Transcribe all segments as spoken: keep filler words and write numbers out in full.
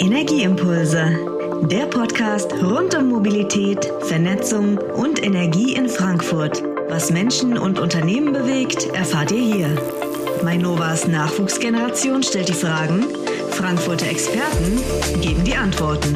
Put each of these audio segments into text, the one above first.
Energieimpulse, der Podcast rund um Mobilität, Vernetzung und Energie in Frankfurt. Was Menschen und Unternehmen bewegt, erfahrt ihr hier. Mainovas Nachwuchsgeneration stellt die Fragen, Frankfurter Experten geben die Antworten.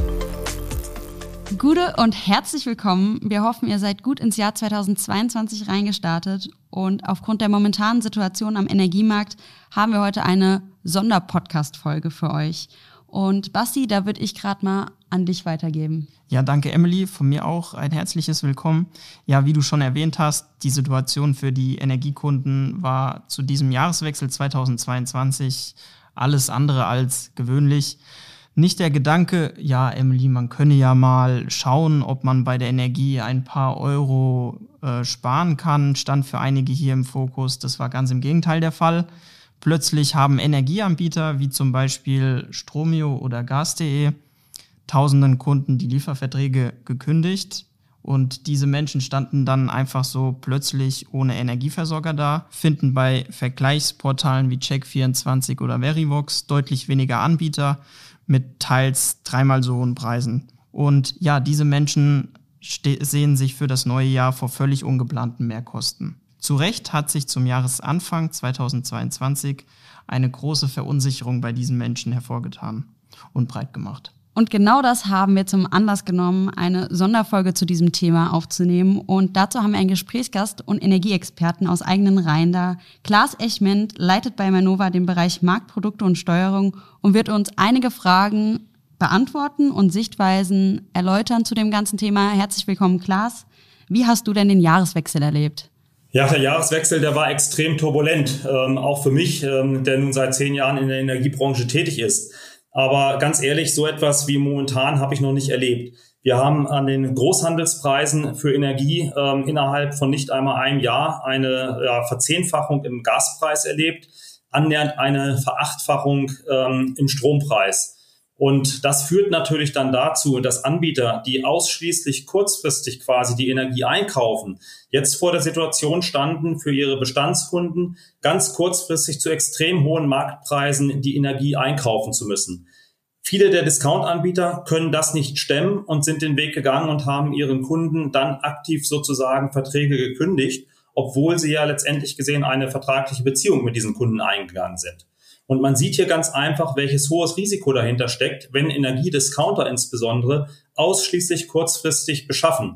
Gute und herzlich willkommen. Wir hoffen, ihr seid gut ins Jahr zweitausendzweiundzwanzig reingestartet und aufgrund der momentanen Situation am Energiemarkt haben wir heute eine Sonderpodcast-Folge für euch. Und Basti, da würde ich gerade mal an dich weitergeben. Ja, danke Emily, von mir auch ein herzliches Willkommen. Ja, wie du schon erwähnt hast, die Situation für die Energiekunden war zu diesem Jahreswechsel zweitausendzweiundzwanzig alles andere als gewöhnlich. Nicht der Gedanke, ja Emily, man könne ja mal schauen, ob man bei der Energie ein paar Euro äh, sparen kann, stand für einige hier im Fokus. Das war ganz im Gegenteil der Fall. Plötzlich haben Energieanbieter wie zum Beispiel Stromio oder Gas punkt de tausenden Kunden die Lieferverträge gekündigt und diese Menschen standen dann einfach so plötzlich ohne Energieversorger da, finden bei Vergleichsportalen wie Check vierundzwanzig oder Verivox deutlich weniger Anbieter mit teils dreimal so hohen Preisen. Und ja, diese Menschen ste- sehen sich für das neue Jahr vor völlig ungeplanten Mehrkosten. Zu Recht hat sich zum Jahresanfang zweitausendzweiundzwanzig eine große Verunsicherung bei diesen Menschen hervorgetan und breit gemacht. Und genau das haben wir zum Anlass genommen, eine Sonderfolge zu diesem Thema aufzunehmen. Und dazu haben wir einen Gesprächsgast und Energieexperten aus eigenen Reihen da. Klaas Echment leitet bei Mainova den Bereich Marktprodukte und Steuerung und wird uns einige Fragen beantworten und Sichtweisen erläutern zu dem ganzen Thema. Herzlich willkommen, Klaas. Wie hast du denn den Jahreswechsel erlebt? Ja, der Jahreswechsel, der war extrem turbulent, ähm, auch für mich, ähm, der nun seit zehn Jahren in der Energiebranche tätig ist. Aber ganz ehrlich, so etwas wie momentan habe ich noch nicht erlebt. Wir haben an den Großhandelspreisen für Energie ähm, innerhalb von nicht einmal einem Jahr eine ja, Verzehnfachung im Gaspreis erlebt, annähernd eine Verachtfachung ähm, im Strompreis. Und das führt natürlich dann dazu, dass Anbieter, die ausschließlich kurzfristig quasi die Energie einkaufen, jetzt vor der Situation standen, für ihre Bestandskunden ganz kurzfristig zu extrem hohen Marktpreisen die Energie einkaufen zu müssen. Viele der Discount-Anbieter können das nicht stemmen und sind den Weg gegangen und haben ihren Kunden dann aktiv sozusagen Verträge gekündigt, obwohl sie ja letztendlich gesehen eine vertragliche Beziehung mit diesen Kunden eingegangen sind. Und man sieht hier ganz einfach, welches hohes Risiko dahinter steckt, wenn Energiediscounter insbesondere ausschließlich kurzfristig beschaffen.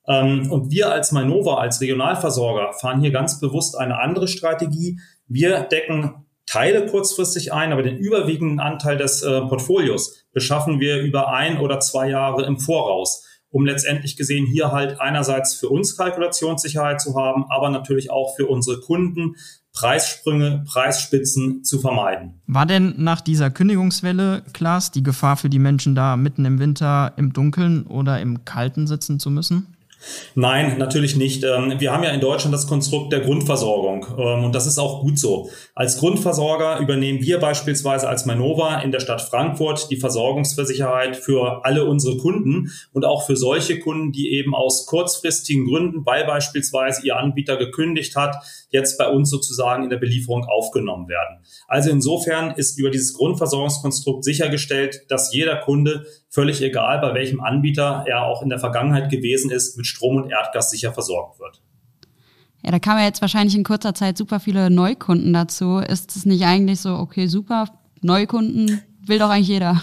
Und wir als Mainova, als Regionalversorger, fahren hier ganz bewusst eine andere Strategie. Wir decken Teile kurzfristig ein, aber den überwiegenden Anteil des Portfolios beschaffen wir über ein oder zwei Jahre im Voraus, um letztendlich gesehen hier halt einerseits für uns Kalkulationssicherheit zu haben, aber natürlich auch für unsere Kunden Preissprünge, Preisspitzen zu vermeiden. War denn nach dieser Kündigungswelle, Klaas, die Gefahr für die Menschen da mitten im Winter im Dunkeln oder im Kalten sitzen zu müssen? Nein, natürlich nicht. Wir haben ja in Deutschland das Konstrukt der Grundversorgung und das ist auch gut so. Als Grundversorger übernehmen wir beispielsweise als Mainova in der Stadt Frankfurt die Versorgungsversicherheit für alle unsere Kunden und auch für solche Kunden, die eben aus kurzfristigen Gründen, weil beispielsweise ihr Anbieter gekündigt hat, jetzt bei uns sozusagen in der Belieferung aufgenommen werden. Also insofern ist über dieses Grundversorgungskonstrukt sichergestellt, dass jeder Kunde, völlig egal bei welchem Anbieter er auch in der Vergangenheit gewesen ist, mit Strom und Erdgas sicher versorgt wird. Ja, da kamen ja jetzt wahrscheinlich in kurzer Zeit super viele Neukunden dazu. Ist es nicht eigentlich so, okay, super, Neukunden will doch eigentlich jeder?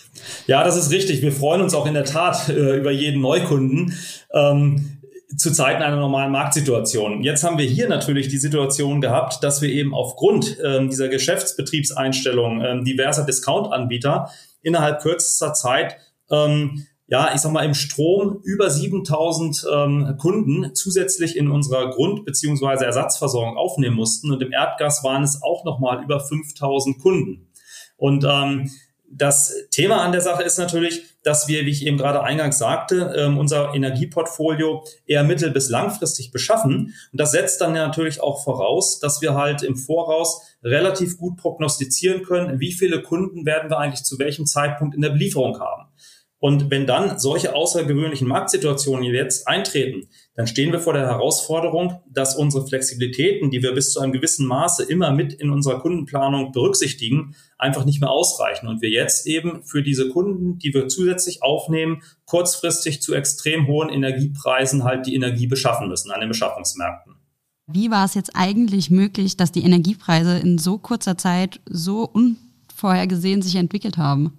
Ja, das ist richtig. Wir freuen uns auch in der Tat äh, über jeden Neukunden. Ähm, zu Zeiten einer normalen Marktsituation. Jetzt haben wir hier natürlich die Situation gehabt, dass wir eben aufgrund ähm, dieser Geschäftsbetriebseinstellung ähm, diverser Discount-Anbieter innerhalb kürzester Zeit, ähm, ja, ich sag mal, im Strom über siebentausend ähm, Kunden zusätzlich in unserer Grund- bzw. Ersatzversorgung aufnehmen mussten. Und im Erdgas waren es auch nochmal über fünftausend Kunden. Und ähm, das Thema an der Sache ist natürlich, dass wir, wie ich eben gerade eingangs sagte, ähm, unser Energieportfolio eher mittel- bis langfristig beschaffen. Und das setzt dann natürlich auch voraus, dass wir halt im Voraus relativ gut prognostizieren können, wie viele Kunden werden wir eigentlich zu welchem Zeitpunkt in der Belieferung haben. Und wenn dann solche außergewöhnlichen Marktsituationen jetzt eintreten, dann stehen wir vor der Herausforderung, dass unsere Flexibilitäten, die wir bis zu einem gewissen Maße immer mit in unserer Kundenplanung berücksichtigen, einfach nicht mehr ausreichen. Und wir jetzt eben für diese Kunden, die wir zusätzlich aufnehmen, kurzfristig zu extrem hohen Energiepreisen halt die Energie beschaffen müssen an den Beschaffungsmärkten. Wie war es jetzt eigentlich möglich, dass die Energiepreise in so kurzer Zeit so unvorhergesehen sich entwickelt haben?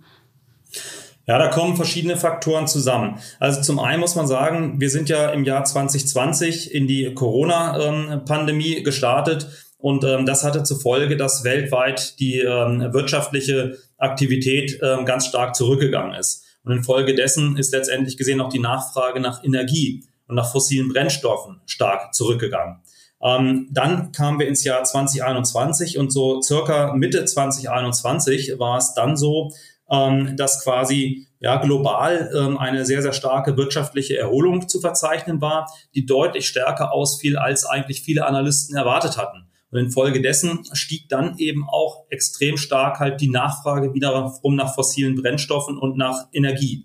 Ja, da kommen verschiedene Faktoren zusammen. Also zum einen muss man sagen, wir sind ja im Jahr zwanzig zwanzig in die Corona-Pandemie gestartet und ähm, das hatte zur Folge, dass weltweit die ähm, wirtschaftliche Aktivität ähm, ganz stark zurückgegangen ist. Und infolgedessen ist letztendlich gesehen auch die Nachfrage nach Energie und nach fossilen Brennstoffen stark zurückgegangen. Ähm, dann kamen wir ins Jahr zwanzig einundzwanzig und so circa Mitte zwanzig einundzwanzig war es dann so, dass quasi ja global ähm, eine sehr, sehr starke wirtschaftliche Erholung zu verzeichnen war, die deutlich stärker ausfiel, als eigentlich viele Analysten erwartet hatten. Und infolgedessen stieg dann eben auch extrem stark halt die Nachfrage wiederum nach fossilen Brennstoffen und nach Energie.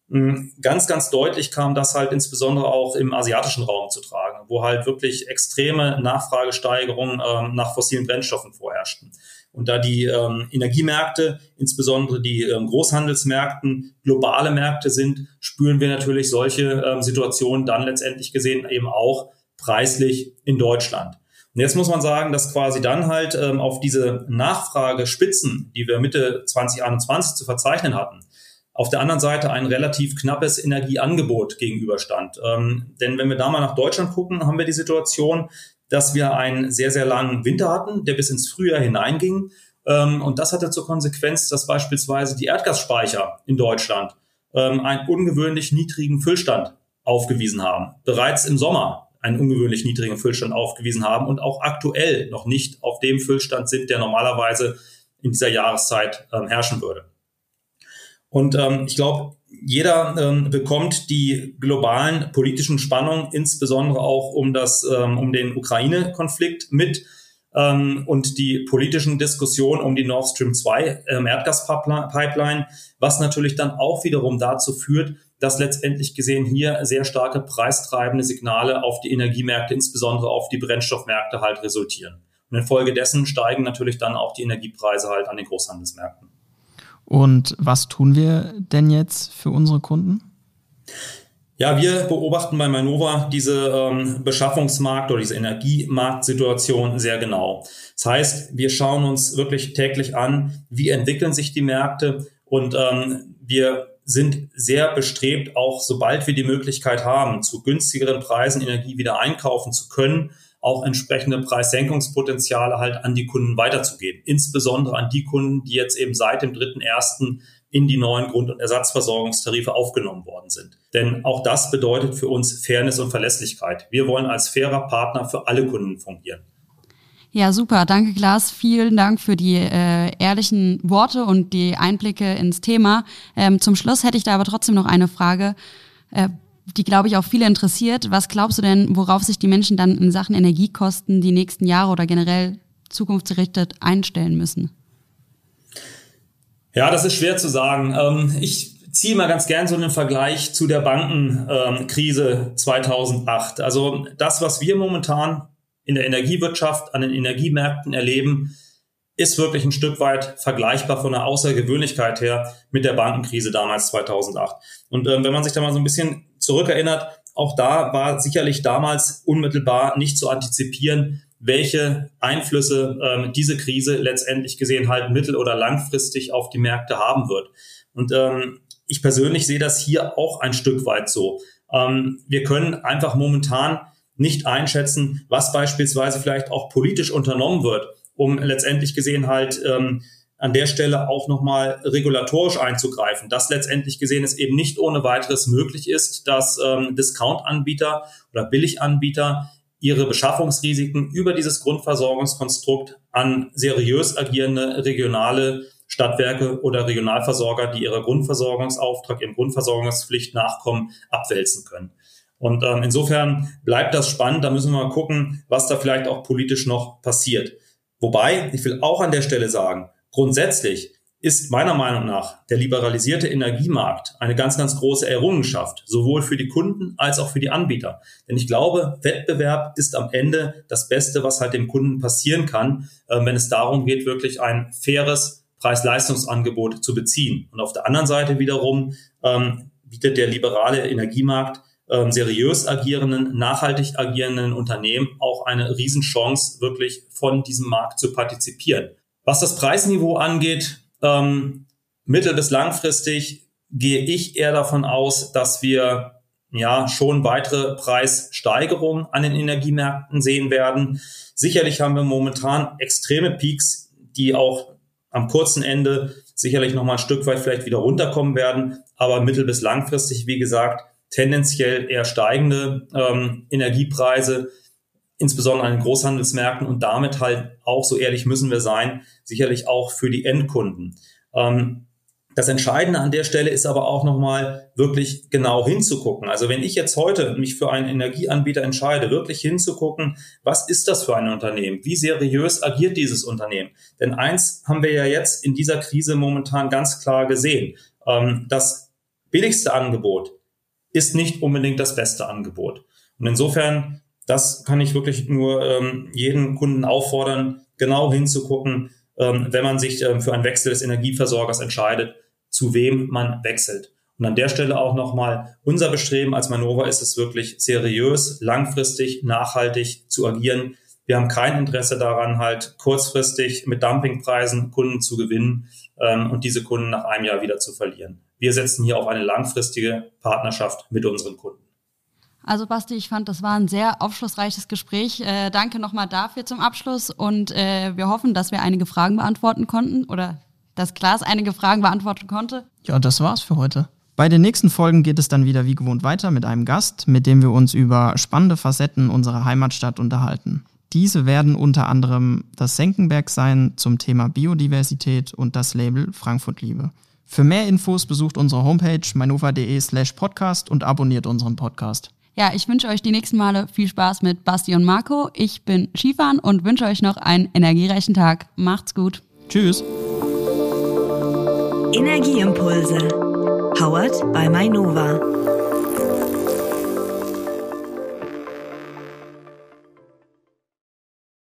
Ganz, ganz deutlich kam das halt insbesondere auch im asiatischen Raum zu tragen, wo halt wirklich extreme Nachfragesteigerungen ähm, nach fossilen Brennstoffen vorherrschten. Und da die ähm, Energiemärkte, insbesondere die ähm, Großhandelsmärkten, globale Märkte sind, spüren wir natürlich solche ähm, Situationen dann letztendlich gesehen eben auch preislich in Deutschland. Und jetzt muss man sagen, dass quasi dann halt ähm, auf diese Nachfragespitzen, die wir Mitte zwanzig einundzwanzig zu verzeichnen hatten, auf der anderen Seite ein relativ knappes Energieangebot gegenüberstand. Ähm, denn wenn wir da mal nach Deutschland gucken, haben wir die Situation, dass wir einen sehr, sehr langen Winter hatten, der bis ins Frühjahr hineinging. Ähm, und das hatte zur Konsequenz, dass beispielsweise die Erdgasspeicher in Deutschland ähm, einen ungewöhnlich niedrigen Füllstand aufgewiesen haben. Bereits im Sommer einen ungewöhnlich niedrigen Füllstand aufgewiesen haben und auch aktuell noch nicht auf dem Füllstand sind, der normalerweise in dieser Jahreszeit ähm, herrschen würde. Und ähm, ich glaube, jeder ähm, bekommt die globalen politischen Spannungen, insbesondere auch um das ähm, um den Ukraine-Konflikt mit ähm, und die politischen Diskussionen um die Nord Stream zwei ähm, Erdgaspipeline, was natürlich dann auch wiederum dazu führt, dass letztendlich gesehen hier sehr starke preistreibende Signale auf die Energiemärkte, insbesondere auf die Brennstoffmärkte halt resultieren. Und infolgedessen steigen natürlich dann auch die Energiepreise halt an den Großhandelsmärkten. Und was tun wir denn jetzt für unsere Kunden? Ja, wir beobachten bei Mainova diese ähm, Beschaffungsmarkt- oder diese Energiemarktsituation sehr genau. Das heißt, wir schauen uns wirklich täglich an, wie entwickeln sich die Märkte und ähm, wir sind sehr bestrebt, auch sobald wir die Möglichkeit haben, zu günstigeren Preisen Energie wieder einkaufen zu können, auch entsprechende Preissenkungspotenziale halt an die Kunden weiterzugeben. Insbesondere an die Kunden, die jetzt eben seit dem dritten ersten in die neuen Grund- und Ersatzversorgungstarife aufgenommen worden sind. Denn auch das bedeutet für uns Fairness und Verlässlichkeit. Wir wollen als fairer Partner für alle Kunden fungieren. Ja, super. Danke, Klaas. Vielen Dank für die äh, ehrlichen Worte und die Einblicke ins Thema. Ähm, zum Schluss hätte ich da aber trotzdem noch eine Frage, äh, die, glaube ich, auch viele interessiert. Was glaubst du denn, worauf sich die Menschen dann in Sachen Energiekosten die nächsten Jahre oder generell zukunftsgerichtet einstellen müssen? Ja, das ist schwer zu sagen. Ähm, ich ziehe mal ganz gern so einen Vergleich zu der Bankenkrise zweitausendacht. Also das, was wir momentan in der Energiewirtschaft, an den Energiemärkten erleben, ist wirklich ein Stück weit vergleichbar von der Außergewöhnlichkeit her mit der Bankenkrise damals zweitausendacht. Und ähm, wenn man sich da mal so ein bisschen zurückerinnert, auch da war sicherlich damals unmittelbar nicht zu antizipieren, welche Einflüsse ähm, diese Krise letztendlich gesehen halt mittel- oder langfristig auf die Märkte haben wird. Und ähm, ich persönlich sehe das hier auch ein Stück weit so. Ähm, wir können einfach momentan nicht einschätzen, was beispielsweise vielleicht auch politisch unternommen wird, um letztendlich gesehen halt ähm, an der Stelle auch nochmal regulatorisch einzugreifen, dass letztendlich gesehen es eben nicht ohne weiteres möglich ist, dass ähm, Discount-Anbieter oder Billiganbieter ihre Beschaffungsrisiken über dieses Grundversorgungskonstrukt an seriös agierende regionale Stadtwerke oder Regionalversorger, die ihrer Grundversorgungsauftrag, ihrem Grundversorgungspflicht nachkommen, abwälzen können. Und ähm, insofern bleibt das spannend, da müssen wir mal gucken, was da vielleicht auch politisch noch passiert. Wobei, ich will auch an der Stelle sagen, grundsätzlich ist meiner Meinung nach der liberalisierte Energiemarkt eine ganz, ganz große Errungenschaft, sowohl für die Kunden als auch für die Anbieter. Denn ich glaube, Wettbewerb ist am Ende das Beste, was halt dem Kunden passieren kann, äh, wenn es darum geht, wirklich ein faires Preis-Leistungsangebot zu beziehen. Und auf der anderen Seite wiederum ähm, bietet der liberale Energiemarkt ähm, seriös agierenden, nachhaltig agierenden Unternehmen auch eine Riesenchance, wirklich von diesem Markt zu partizipieren. Was das Preisniveau angeht, ähm, mittel- bis langfristig gehe ich eher davon aus, dass wir ja schon weitere Preissteigerungen an den Energiemärkten sehen werden. Sicherlich haben wir momentan extreme Peaks, die auch am kurzen Ende sicherlich noch mal ein Stück weit vielleicht wieder runterkommen werden, aber mittel- bis langfristig, wie gesagt, tendenziell eher steigende ähm, Energiepreise, insbesondere an den Großhandelsmärkten und damit halt auch, so ehrlich müssen wir sein, sicherlich auch für die Endkunden. Ähm, das Entscheidende an der Stelle ist aber auch nochmal wirklich genau hinzugucken. Also wenn ich jetzt heute mich für einen Energieanbieter entscheide, wirklich hinzugucken, was ist das für ein Unternehmen? Wie seriös agiert dieses Unternehmen? Denn eins haben wir ja jetzt in dieser Krise momentan ganz klar gesehen. Ähm, das billigste Angebot ist nicht unbedingt das beste Angebot. Und insofern, das kann ich wirklich nur ähm, jeden Kunden auffordern, genau hinzugucken, ähm, wenn man sich ähm, für einen Wechsel des Energieversorgers entscheidet, zu wem man wechselt. Und an der Stelle auch nochmal, unser Bestreben als Mainova ist es wirklich seriös, langfristig, nachhaltig zu agieren. Wir haben kein Interesse daran, halt kurzfristig mit Dumpingpreisen Kunden zu gewinnen ähm, und diese Kunden nach einem Jahr wieder zu verlieren. Wir setzen hier auf eine langfristige Partnerschaft mit unseren Kunden. Also Basti, ich fand, das war ein sehr aufschlussreiches Gespräch. Äh, danke nochmal dafür zum Abschluss und äh, wir hoffen, dass wir einige Fragen beantworten konnten oder dass Klaas einige Fragen beantworten konnte. Ja, das war's für heute. Bei den nächsten Folgen geht es dann wieder wie gewohnt weiter mit einem Gast, mit dem wir uns über spannende Facetten unserer Heimatstadt unterhalten. Diese werden unter anderem das Senckenberg sein zum Thema Biodiversität und das Label Frankfurt Liebe. Für mehr Infos besucht unsere Homepage mainova.de slash podcast und abonniert unseren Podcast. Ja, ich wünsche euch die nächsten Male viel Spaß mit Basti und Marco. Ich bin Skifahren und wünsche euch noch einen energiereichen Tag. Macht's gut. Tschüss. Energieimpulse. Powered by Mainova.